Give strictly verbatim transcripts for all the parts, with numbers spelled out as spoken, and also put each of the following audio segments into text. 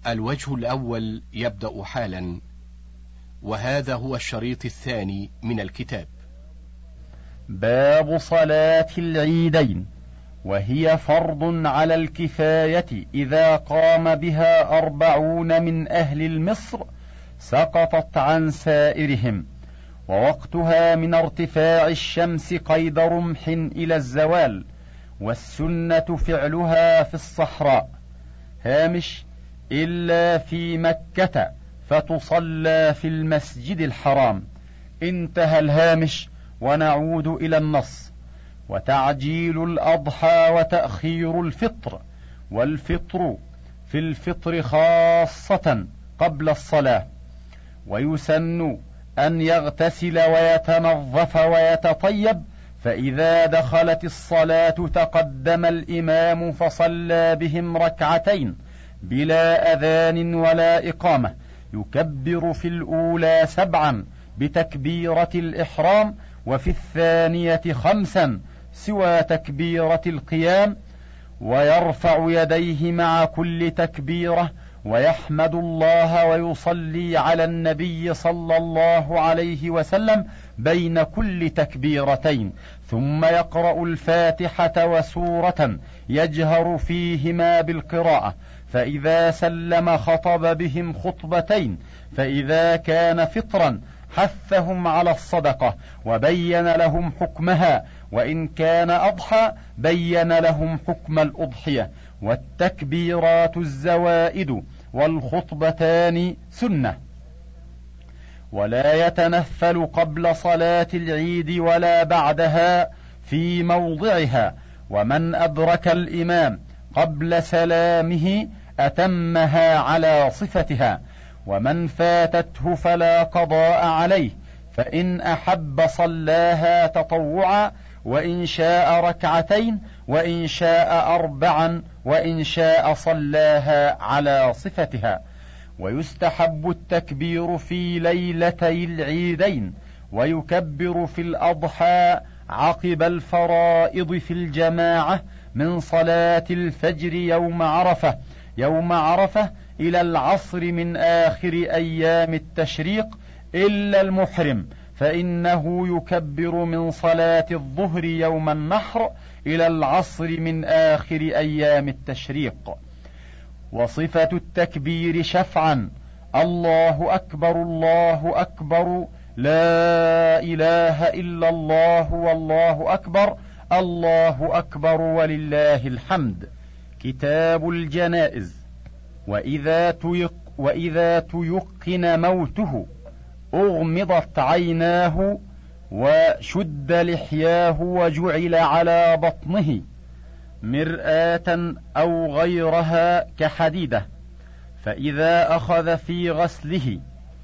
الوجه الأول يبدأ حالا، وهذا هو الشريط الثاني من الكتاب. باب صلاة العيدين، وهي فرض على الكفاية إذا قام بها أربعون من أهل مصر سقطت عن سائرهم، ووقتها من ارتفاع الشمس قيد رمح إلى الزوال، والسنة فعلها في الصحراء. هامش: إلا في مكة فتصلى في المسجد الحرام. انتهى الهامش، ونعود إلى النص. وتعجيل الأضحى وتأخير الفطر، والفطر في الفطر خاصة قبل الصلاة. ويسن أن يغتسل ويتنظف ويتطيب، فإذا دخلت الصلاة تقدم الإمام فصلى بهم ركعتين بلا أذان ولا إقامة، يكبر في الأولى سبعا بتكبيرة الإحرام، وفي الثانية خمسا سوى تكبيرة القيام، ويرفع يديه مع كل تكبيرة، ويحمد الله ويصلي على النبي صلى الله عليه وسلم بين كل تكبيرتين، ثم يقرأ الفاتحة وسورة يجهر فيهما بالقراءة، فإذا سلم خطب بهم خطبتين، فإذا كان فطرا حثهم على الصدقة وبين لهم حكمها، وإن كان أضحى بين لهم حكم الأضحية. والتكبيرات الزوائد والخطبتان سنة. ولا يتنفل قبل صلاة العيد ولا بعدها في موضعها، ومن أدرك الإمام قبل سلامه أتمها على صفتها، ومن فاتته فلا قضاء عليه، فإن أحب صلاها تطوعا، وإن شاء ركعتين، وإن شاء أربعا، وإن شاء صلاها على صفتها. ويستحب التكبير في ليلتي العيدين، ويكبر في الأضحى عقب الفرائض في الجماعة من صلاة الفجر يوم عرفة يوم عرفة إلى العصر من آخر أيام التشريق، إلا المحرم فإنه يكبر من صلاة الظهر يوم النحر إلى العصر من آخر أيام التشريق. وصفة التكبير شفعا: الله أكبر الله أكبر، لا إله إلا الله والله أكبر، الله أكبر ولله الحمد. كتاب الجنائز: وإذا تيق وإذا تيقن موته أغمضت عيناه وشد لحياه وجعل على بطنه مرآة أو غيرها كحديدة، فإذا أخذ في غسله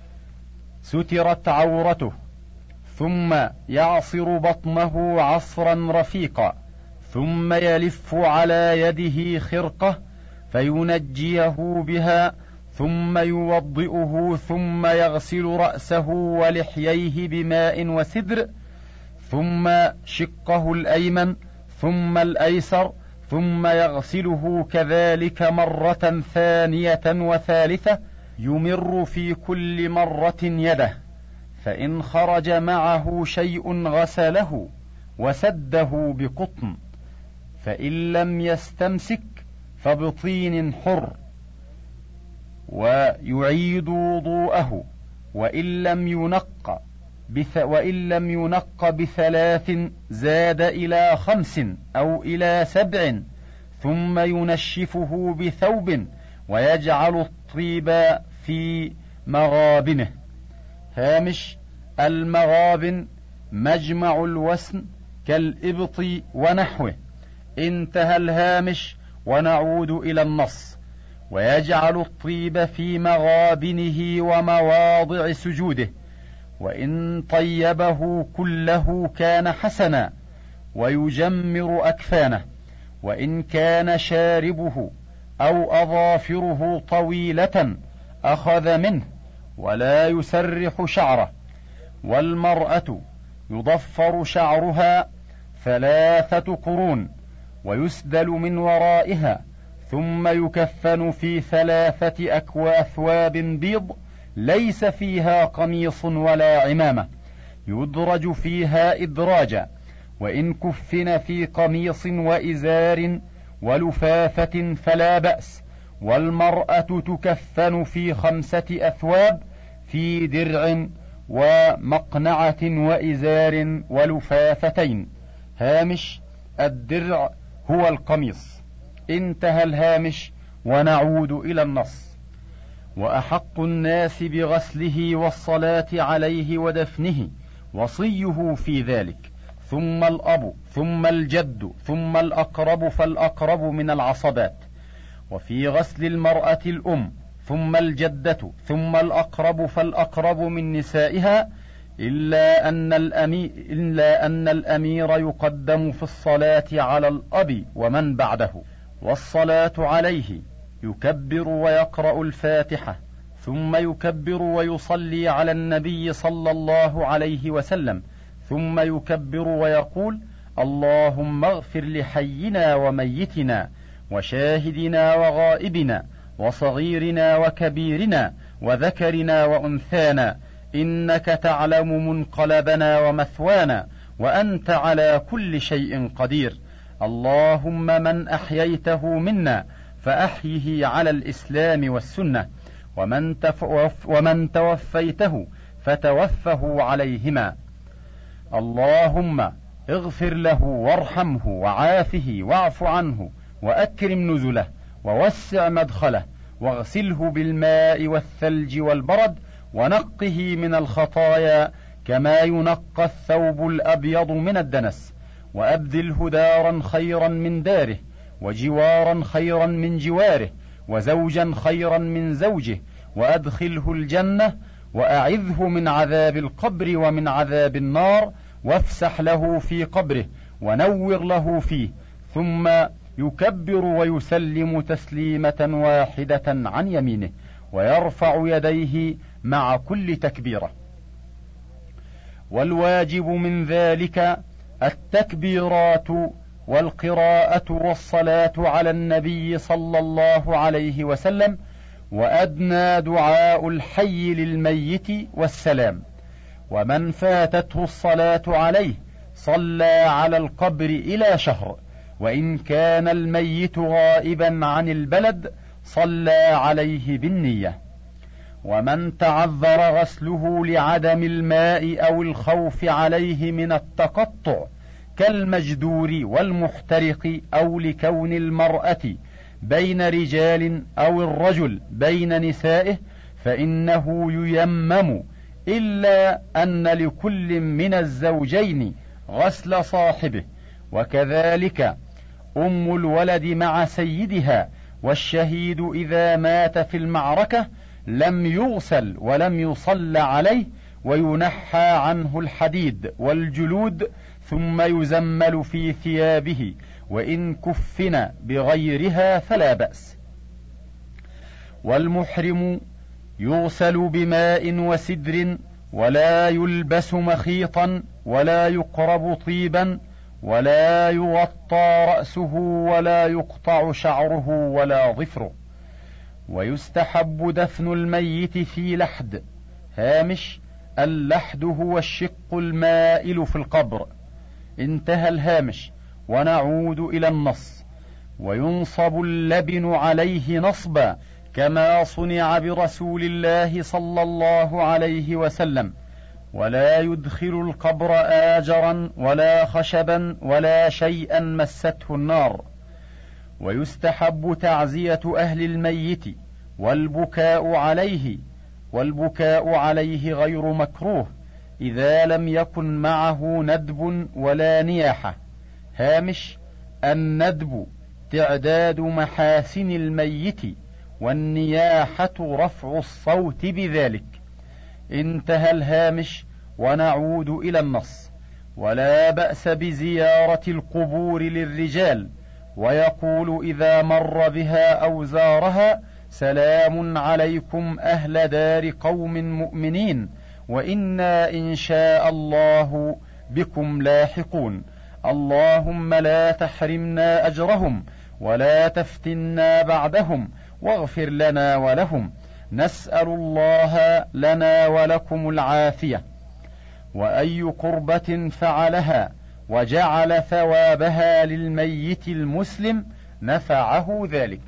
سترت عورته، ثم يعصر بطنه عصرا رفيقا، ثم يلف على يده خرقة فينجيه بها، ثم يوضئه، ثم يغسل رأسه ولحييه بماء وسدر، ثم شقه الأيمن، ثم الأيسر، ثم يغسله كذلك مرة ثانية وثالثة، يمر في كل مرة يده، فإن خرج معه شيء غسله وسده بقطن، فإن لم يستمسك فبطين حر، ويعيد وضوءه، وإن لم ينق بث وإن لم ينق بثلاث زاد إلى خمس أو إلى سبع، ثم ينشفه بثوب ويجعل الطيب في مغابنه. هامش: المغابن مجمع الوسن كالإبط ونحوه. انتهى الهامش، ونعود إلى النص. ويجعل الطيب في مغابنه ومواضع سجوده، وإن طيبه كله كان حسنا، ويجمر أكفانه، وإن كان شاربه أو أظافره طويلة أخذ منه، ولا يسرح شعره. والمرأة يضفر شعرها ثلاثة قرون، ويسدل من ورائها، ثم يكفن في ثلاثة أكواثواب بيض ليس فيها قميص ولا عمامة، يدرج فيها إدراجا، وإن كفن في قميص وإزار ولفافة فلا بأس. والمرأة تكفن في خمسة أثواب، في درع ومقنعة وإزار ولفافتين. هامش: الدرع هو القميص. انتهى الهامش، ونعود إلى النص. وأحق الناس بغسله والصلاة عليه ودفنه وصيه في ذلك، ثم الأب، ثم الجد، ثم الأقرب فالأقرب من العصبات. وفي غسل المرأة الأم، ثم الجدة، ثم الأقرب فالأقرب من نسائها، إلا أن الأمير, إلا أن الأمير يقدم في الصلاة على الأب ومن بعده. والصلاة عليه يكبر ويقرأ الفاتحة، ثم يكبر ويصلي على النبي صلى الله عليه وسلم، ثم يكبر ويقول: اللهم اغفر لحينا وميتنا وشاهدنا وغائبنا وصغيرنا وكبيرنا وذكرنا وأنثانا، إنك تعلم منقلبنا ومثوانا، وأنت على كل شيء قدير. اللهم من أحييته منا فأحيه على الإسلام والسنة، ومن, تف... ومن توفيته فتوفه عليهما. اللهم اغفر له وارحمه وعافه واعف عنه وأكرم نزله ووسع مدخله، واغسله بالماء والثلج والبرد، ونقه من الخطايا كما ينقى الثوب الأبيض من الدنس، وأبدله دارا خيرا من داره، وجوارا خيرا من جواره، وزوجا خيرا من زوجه، وأدخله الجنة، وأعذه من عذاب القبر ومن عذاب النار، وافسح له في قبره ونور له فيه. ثم يكبر ويسلم تسليمة واحدة عن يمينه، ويرفع يديه مع كل تكبيرة. والواجب من ذلك التكبيرات والقراءة والصلاة على النبي صلى الله عليه وسلم، وأدنى دعاء الحي للميت والسلام. ومن فاتته الصلاة عليه صلى على القبر إلى شهر، وإن كان الميت غائبا عن البلد صلى عليه بالنية. ومن تعذر غسله لعدم الماء أو الخوف عليه من التقطع كالمجدور والمحترق، أو لكون المرأة بين رجال أو الرجل بين نسائه، فإنه ييمم، إلا أن لكل من الزوجين غسل صاحبه. وكذلك أم الولد مع سيدها. والشهيد إذا مات في المعركة لم يغسل ولم يصل عليه، وينحى عنه الحديد والجلود، ثم يزمل في ثيابه، وإن كفن بغيرها فلا بأس. والمحرم يغسل بماء وسدر، ولا يلبس مخيطا، ولا يقرب طيبا، ولا يغطى رأسه، ولا يقطع شعره ولا ظفره. ويستحب دفن الميت في لحد. هامش: اللحد هو الشق المائل في القبر. انتهى الهامش، ونعود إلى النص. وينصب اللبن عليه نصبا، كما صنع برسول الله صلى الله عليه وسلم، ولا يدخل القبر آجرا ولا خشبا ولا شيئا مسته النار. ويستحب تعزية أهل الميت والبكاء عليه، والبكاء عليه غير مكروه إذا لم يكن معه ندب ولا نياحة. هامش: الندب تعداد محاسن الميت، والنياحة رفع الصوت بذلك. انتهى الهامش، ونعود إلى النص. ولا بأس بزيارة القبور للرجال، ويقول إذا مر بها أو زارها: سلام عليكم أهل دار قوم مؤمنين، وإنا إن شاء الله بكم لاحقون. اللهم لا تحرمنا أجرهم، ولا تفتنا بعدهم واغفر لنا ولهم، نسأل الله لنا ولكم العافية. وأي قربة فعلها وجعل ثوابها للميت المسلم نفعه ذلك.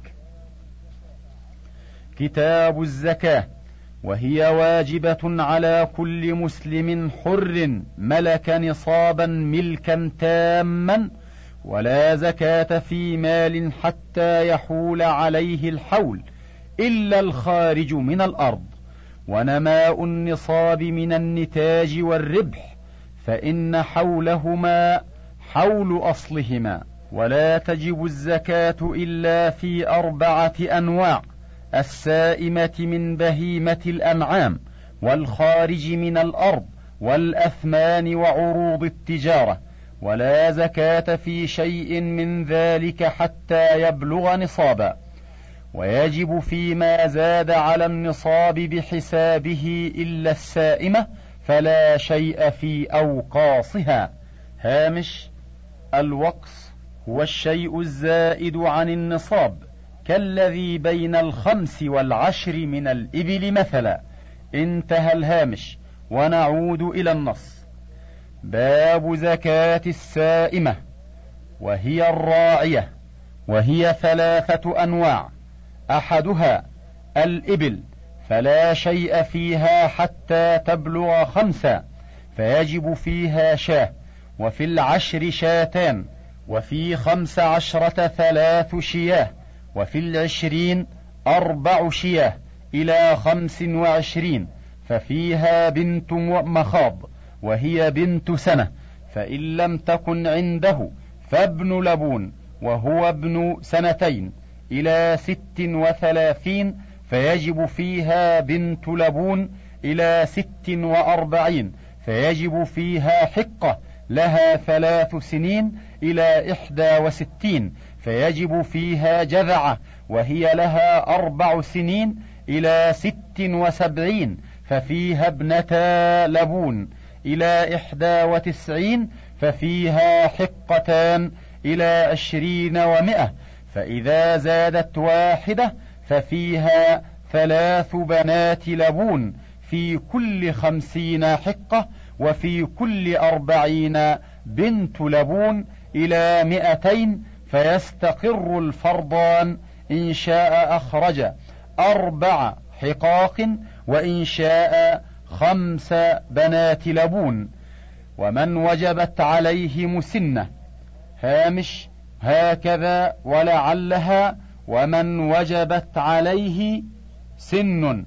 كتاب الزكاة، وهي واجبة على كل مسلم حر ملك نصابا ملكا تاما، ولا زكاة في مال حتى يحول عليه الحول إلا الخارج من الأرض، ونماء النصاب من النتاج والربح، فإن حولهما حول أصلهما. ولا تجب الزكاة إلا في أربعة أنواع: السائمة من بهيمة الأنعام، والخارج من الأرض، والأثمان وعروض التجارة. ولا زكاة في شيء من ذلك حتى يبلغ نصابا، ويجب فيما زاد على النصاب بحسابه إلا السائمة، فلا شيء في أوقاصها. هامش: الوقص هو الشيء الزائد عن النصاب، كالذي بين الخمس والعشر من الإبل مثلا. انتهى الهامش، ونعود إلى النص. باب زكاة السائمة، وهي الراعية، وهي ثلاثة أنواع: أحدها الإبل، فلا شيء فيها حتى تبلغ خمسة، فيجب فيها شاه، وفي العشر شاتان، وفي خمس عشرة ثلاث شياه، وفي العشرين أربع شياه، إلى خمس وعشرين ففيها بنت مخاض، وهي بنت سنة، فإن لم تكن عنده فابن لبون، وهو ابن سنتين، إلى ست وثلاثين فيجب فيها بنت لبون، إلى ست وأربعين فيجب فيها حقة لها ثلاث سنين، إلى إحدى وستين فيجب فيها جذعة، وهي لها أربع سنين، إلى ست وسبعين ففيها ابنتا لبون، إلى إحدى وتسعين ففيها حقتان، إلى عشرين ومئة، فإذا زادت واحدة ففيها ثلاث بنات لبون، في كل خمسين حقة، وفي كل أربعين بنت لبون، إلى مئتين فيستقر الفرضان، إن شاء أخرج أربع حقاق، وإن شاء خمس بنات لبون. ومن وجبت عليه مسنة. هامش: هكذا ولعلها ومن وجبت عليه سن.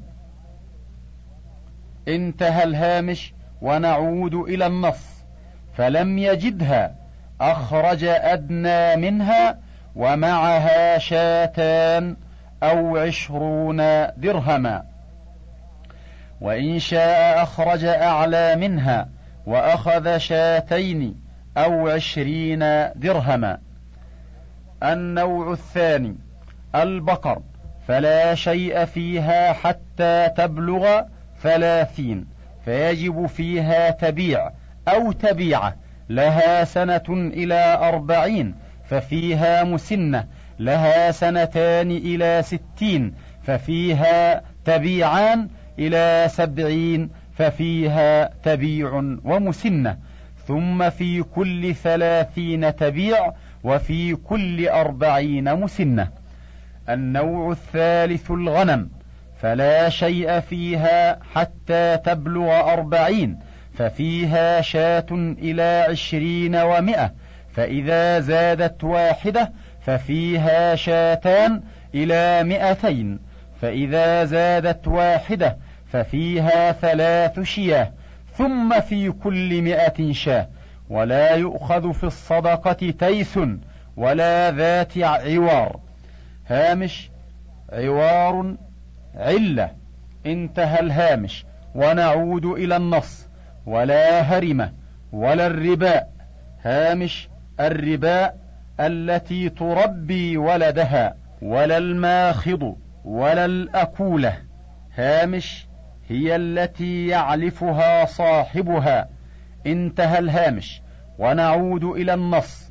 انتهى الهامش، ونعود إلى النص. فلم يجدها أخرج أدنى منها، ومعها شاتان أو عشرون درهما، وإن شاء أخرج أعلى منها وأخذ شاتين أو عشرين درهما. النوع الثاني البقر، فلا شيء فيها حتى تبلغ ثلاثين، فيجب فيها تبيع أو تبيعة لها سنة إلى أربعين، ففيها مسنة لها سنتان إلى ستين، ففيها تبيعان، إلى سبعين ففيها تبيع ومسنة، ثم في كل ثلاثين تبيع، وفي كل أربعين مسنة. النوع الثالث الغنم، فلا شيء فيها حتى تبلغ أربعين، ففيها شاة إلى عشرين ومئة، فإذا زادت واحدة ففيها شاتان إلى مئتين، فإذا زادت واحدة ففيها ثلاث شياه، ثم في كل مئة شاه. ولا يؤخذ في الصدقة تيس ولا ذات عوار. هامش: عوار علة. انتهى الهامش، ونعود إلى النص. ولا هرمة ولا الرباء. هامش: الرباء التي تربي ولدها، ولا الماخض ولا الأكولة. هامش: هي التي يعلفها صاحبها. انتهى الهامش، ونعود إلى النص.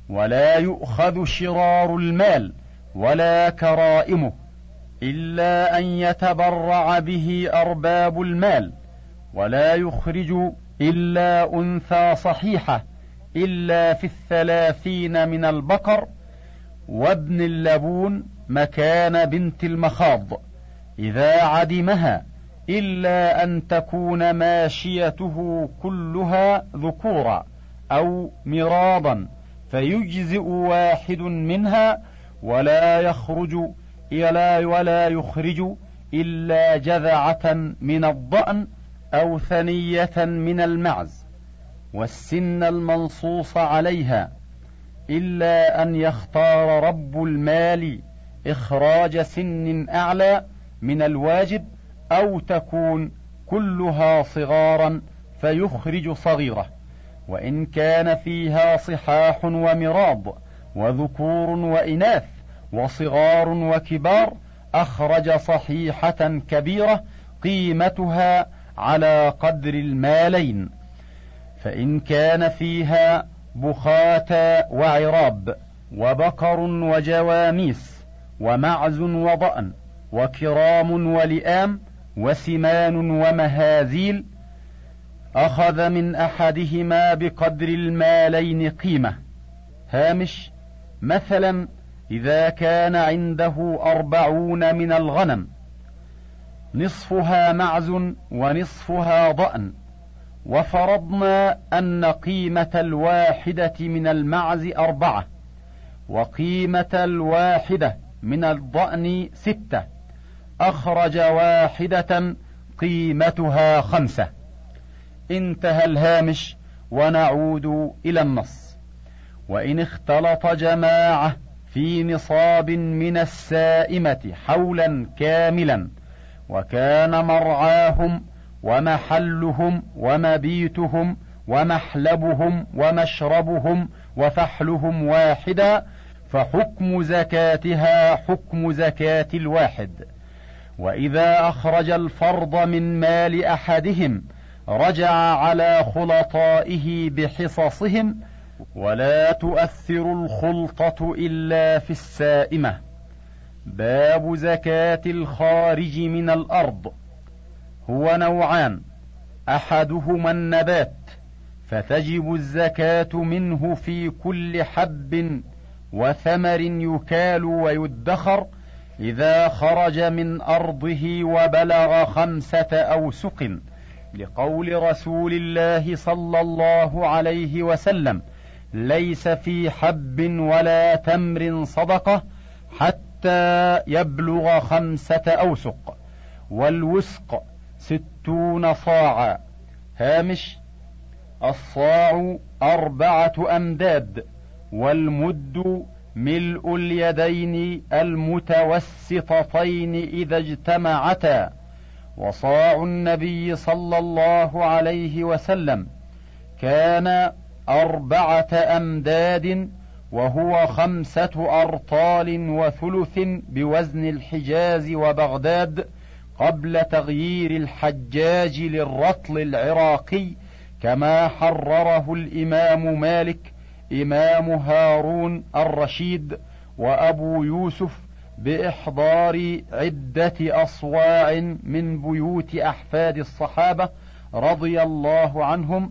ولا يؤخذ شرار المال ولا كرائمه، إلا أن يتبرع به أرباب المال، ولا يخرج إلا أنثى صحيحة إلا في الثلاثين من البقر، وابن اللبون مكان بنت المخاض إذا عدمها، إلا أن تكون ماشيته كلها ذكورا أو مراضا فيجزئ واحد منها، ولا يخرج إلى ولا يخرج إلا جذعة من الضأن أو ثنية من المعز، والسن المنصوص عليها، إلا أن يختار رب المال إخراج سن أعلى من الواجب، أو تكون كلها صغارا فيخرج صغيرة، وإن كان فيها صحاح ومراض وذكور وإناث وصغار وكبار أخرج صحيحة كبيرة قيمتها على قدر المالين. فإن كان فيها بخاتا وعراب وبقر وجواميس ومعز وضأن وكرام ولئام وسمان ومهازيل، أخذ من أحدهما بقدر المالين قيمة. هامش: مثلا إذا كان عنده أربعون من الغنم، نصفها معز ونصفها ضأن، وفرضنا أن قيمة الواحدة من المعز أربعة وقيمة الواحدة من الضأن ستة، أخرج واحدة قيمتها خمسة. انتهى الهامش، ونعود إلى النص. وإن اختلط جماعة في نصاب من السائمة حولا كاملا، وكان مرعاهم ومحلهم ومبيتهم ومحلبهم ومشربهم وفحلهم واحدا، فحكم زكاتها حكم زكاة الواحد. وإذا أخرج الفرض من مال أحدهم رجع على خلطائه بحصصهم، ولا تؤثر الخلطة إلا في السائمة. باب زكاة الخارج من الأرض. هو نوعان: أحدهما النبات، فتجب الزكاة منه في كل حب وثمر يكال ويدخر إذا خرج من أرضه وبلغ خمسة أوسق، لقول رسول الله صلى الله عليه وسلم: ليس في حب ولا تمر صدقة حتى يبلغ خمسة أوسق، والوسق ستون صاعا. هامش: الصاع أربعة أمداد، والمد ملء اليدين المتوسطتين إذا اجتمعتا. وصاع النبي صلى الله عليه وسلم كان أربعة أمداد، وهو خمسة أرطال وثلث بوزن الحجاز وبغداد، قبل تغيير الحجاج للرطل العراقي، كما حرره الإمام مالك إمام هارون الرشيد وأبو يوسف بإحضار عدة أصواع من بيوت أحفاد الصحابة رضي الله عنهم.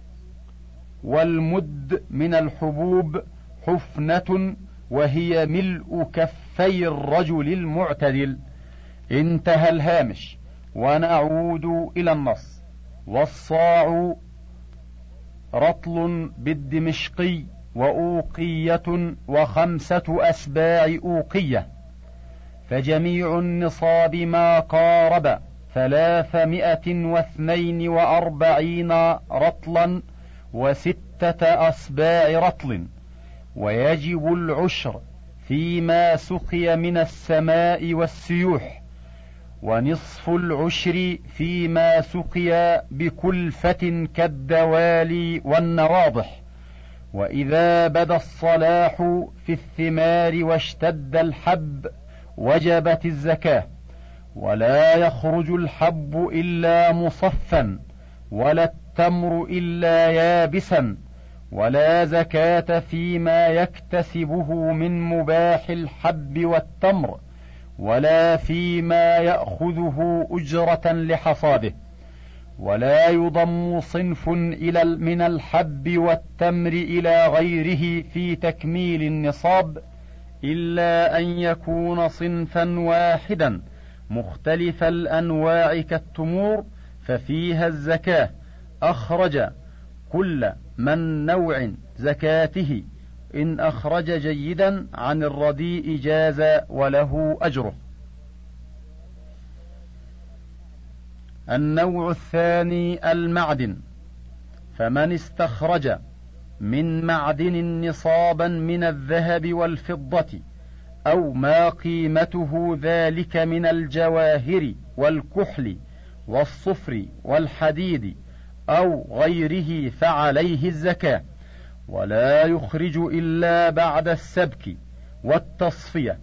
والمد من الحبوب حفنة، وهي ملء كفي الرجل المعتدل. انتهى الهامش، ونعود إلى النص. والصاع رطل بالدمشقي وأوقية وخمسة أسباع أوقية، فجميع النصاب ما قارب ثلاثمائة واثنين وأربعين رطلا وستة أسباع رطل. ويجب العشر فيما سقي من السماء والسيوح، ونصف العشر فيما سقي بكلفة كالدوالي والنواضح. وإذا بدا الصلاح في الثمار واشتد الحب وجبت الزكاة. ولا يخرج الحب إلا مصفا، ولا التمر إلا يابسا، ولا زكاة فيما يكتسبه من مباح الحب والتمر، ولا فيما يأخذه أجرة لحصاده. ولا يضم صنف إلى من الحب والتمر إلى غيره في تكميل النصاب إلا أن يكون صنفا واحدا مختلف الأنواع كالتمور، ففيها الزكاة أخرج كل من نوع زكاته، إن أخرج جيدا عن الرديء جاز وله أجره. النوع الثاني المعدن، فمن استخرج من معدن نصابا من الذهب والفضة أو ما قيمته ذلك من الجواهر والكحل والصفر والحديد أو غيره فعليه الزكاة، ولا يخرج إلا بعد السبك والتصفية.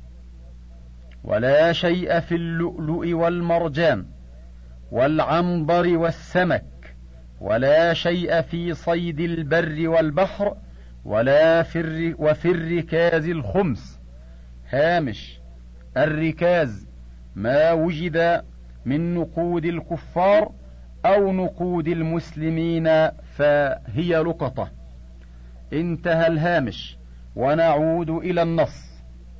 ولا شيء في اللؤلؤ والمرجان والعنبر والسمك، ولا شيء في صيد البر والبحر، ولا في وفي الركاز الخمس. هامش: الركاز ما وجد من نقود الكفار أو نقود المسلمين فهي لقطة. انتهى الهامش، ونعود إلى النص.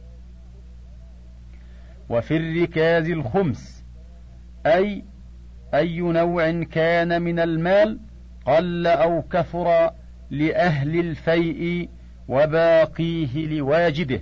وفي الركاز الخمس أي أي نوع كان من المال قل أو كثر لأهل الفيء وباقيه لواجده.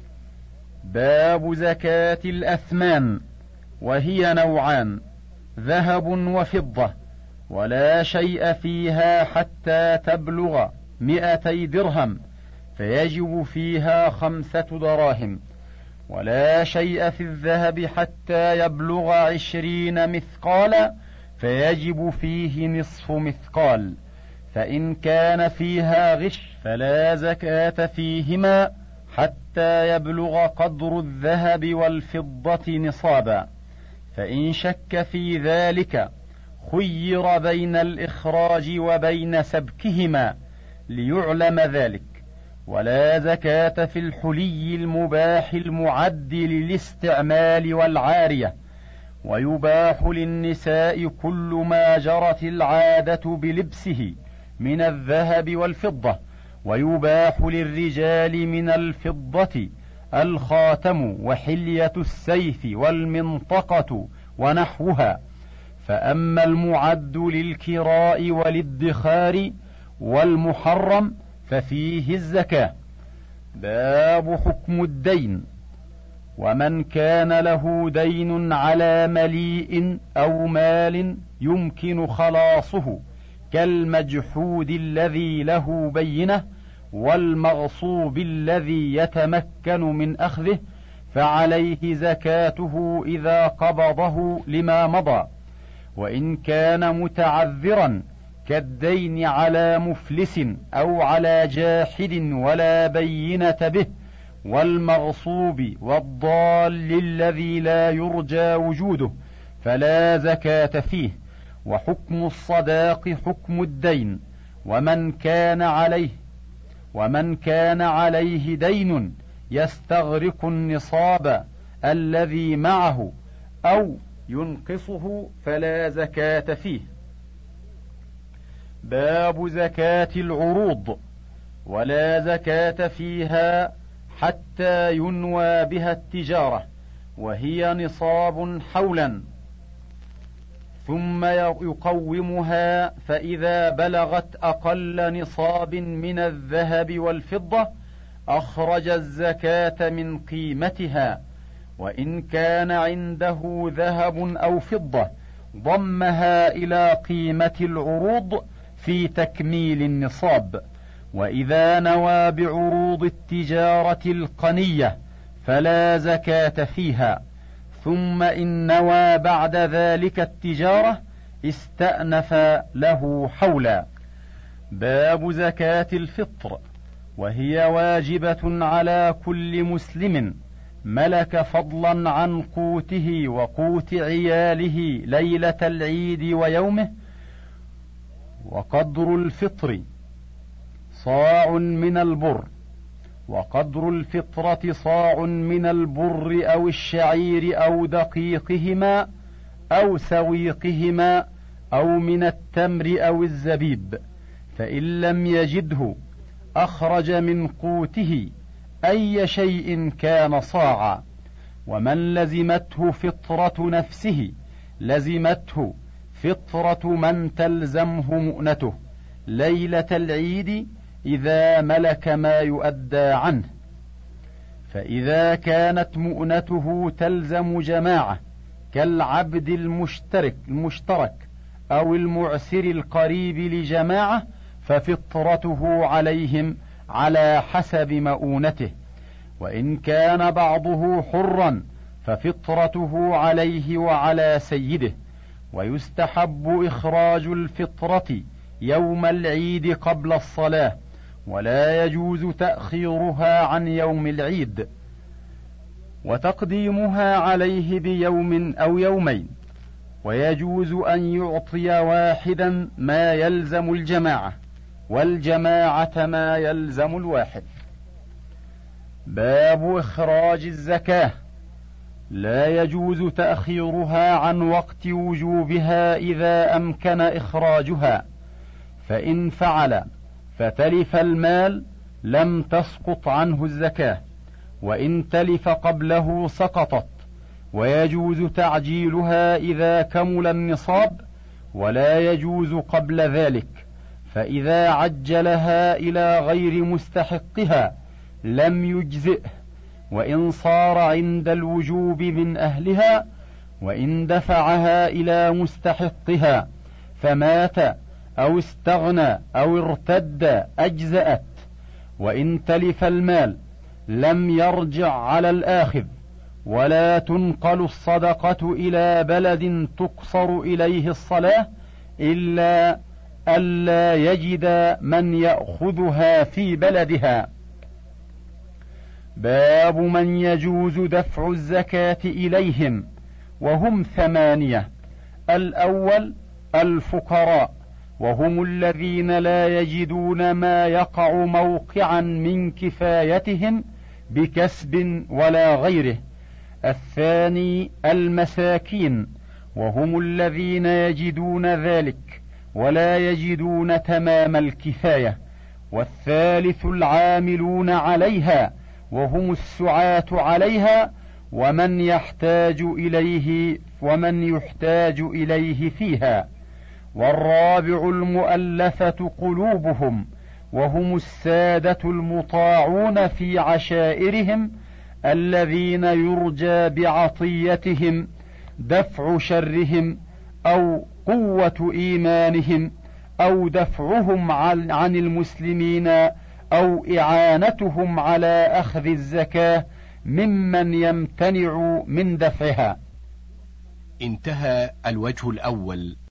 باب زكاة الأثمان، وهي نوعان: ذهب وفضة، ولا شيء فيها حتى تبلغ مئتي درهم فيجب فيها خمسة دراهم، ولا شيء في الذهب حتى يبلغ عشرين مثقالا فيجب فيه نصف مثقال، فإن كان فيها غش فلا زكاة فيهما حتى يبلغ قدر الذهب والفضة نصابا، فإن شك في ذلك خير بين الإخراج وبين سبكهما ليعلم ذلك. ولا زكاة في الحلي المباح المعد للاستعمال والعارية، ويباح للنساء كل ما جرت العادة بلبسه من الذهب والفضة، ويباح للرجال من الفضة الخاتم وحلية السيف والمنطقة ونحوها. فأما المعد للكراء والادخار والمحرم ففيه الزكاة. باب حكم الدين، ومن كان له دين على مليء أو مال يمكن خلاصه كالمجحود الذي له بينة والمغصوب الذي يتمكن من أخذه، فعليه زكاته إذا قبضه لما مضى، وإن كان متعذرا كالدين على مفلس أو على جاحد ولا بينة به، والمغصوب والضال الذي لا يرجى وجوده فلا زكاة فيه. وحكم الصداق حكم الدين، ومن كان عليه ومن كان عليه دين يستغرق النصاب الذي معه أو ينقصه فلا زكاة فيه. باب زكاة العروض، ولا زكاة فيها حتى ينوى بها التجارة، وهي نصاب حولا، ثم يقومها، فإذا بلغت أقل نصاب من الذهب والفضة أخرج الزكاة من قيمتها، وإن كان عنده ذهب أو فضة ضمها إلى قيمة العروض في تكميل النصاب. وإذا نوى بعروض التجارة القنية فلا زكاة فيها، ثم إن نوى بعد ذلك التجارة استأنف له حولا. باب زكاة الفطر، وهي واجبة على كل مسلم ملك فضلا عن قوته وقوت عياله ليلة العيد ويومه. وقدر الفطر صاع من البر، وقدر الفطرة صاع من البر أو الشعير أو دقيقهما أو سويقهما أو من التمر أو الزبيب، فإن لم يجده أخرج من قوته أي شيء كان صاعا. ومن لزمته فطرة نفسه لزمته فطرة من تلزمه مؤنته ليلة العيد إذا ملك ما يؤدى عنه. فإذا كانت مؤنته تلزم جماعة كالعبد المشترك المشترك أو المعسر القريب لجماعة، ففطرته عليهم على حسب مؤونته. وإن كان بعضه حرا ففطرته عليه وعلى سيده. ويستحب إخراج الفطرة يوم العيد قبل الصلاة، ولا يجوز تأخيرها عن يوم العيد، وتقديمها عليه بيوم أو يومين. ويجوز أن يعطي واحدا ما يلزم الجماعة، والجماعة ما يلزم الواحد. باب إخراج الزكاة. لا يجوز تأخيرها عن وقت وجوبها إذا أمكن إخراجها، فإن فعل فتلف المال لم تسقط عنه الزكاة، وإن تلف قبله سقطت. ويجوز تعجيلها إذا كمل النصاب، ولا يجوز قبل ذلك، فإذا عجلها إلى غير مستحقها لم يجزئه، وإن صار عند الوجوب من أهلها. وإن دفعها إلى مستحقها فمات أو استغنى أو ارتد أجزأت. وإن تلف المال لم يرجع على الآخذ، ولا تنقل الصدقة إلى بلد تقصر إليه الصلاة إلا ألا يجد من يأخذها في بلدها. باب من يجوز دفع الزكاة إليهم، وهم ثمانية. الأول الفقراء، وهم الذين لا يجدون ما يقع موقعا من كفايتهم بكسب ولا غيره. الثاني المساكين، وهم الذين يجدون ذلك ولا يجدون تمام الكفاية. والثالث العاملون عليها، وهم السعاة عليها ومن يحتاج إليه ومن يحتاج إليه فيها. والرابع المؤلفة قلوبهم، وهم السادة المطاعون في عشائرهم الذين يرجى بعطيتهم دفع شرهم أو قوة إيمانهم أو دفعهم عن المسلمين أو إعانتهم على أخذ الزكاة ممن يمتنع من دفعها. انتهى الوجه الأول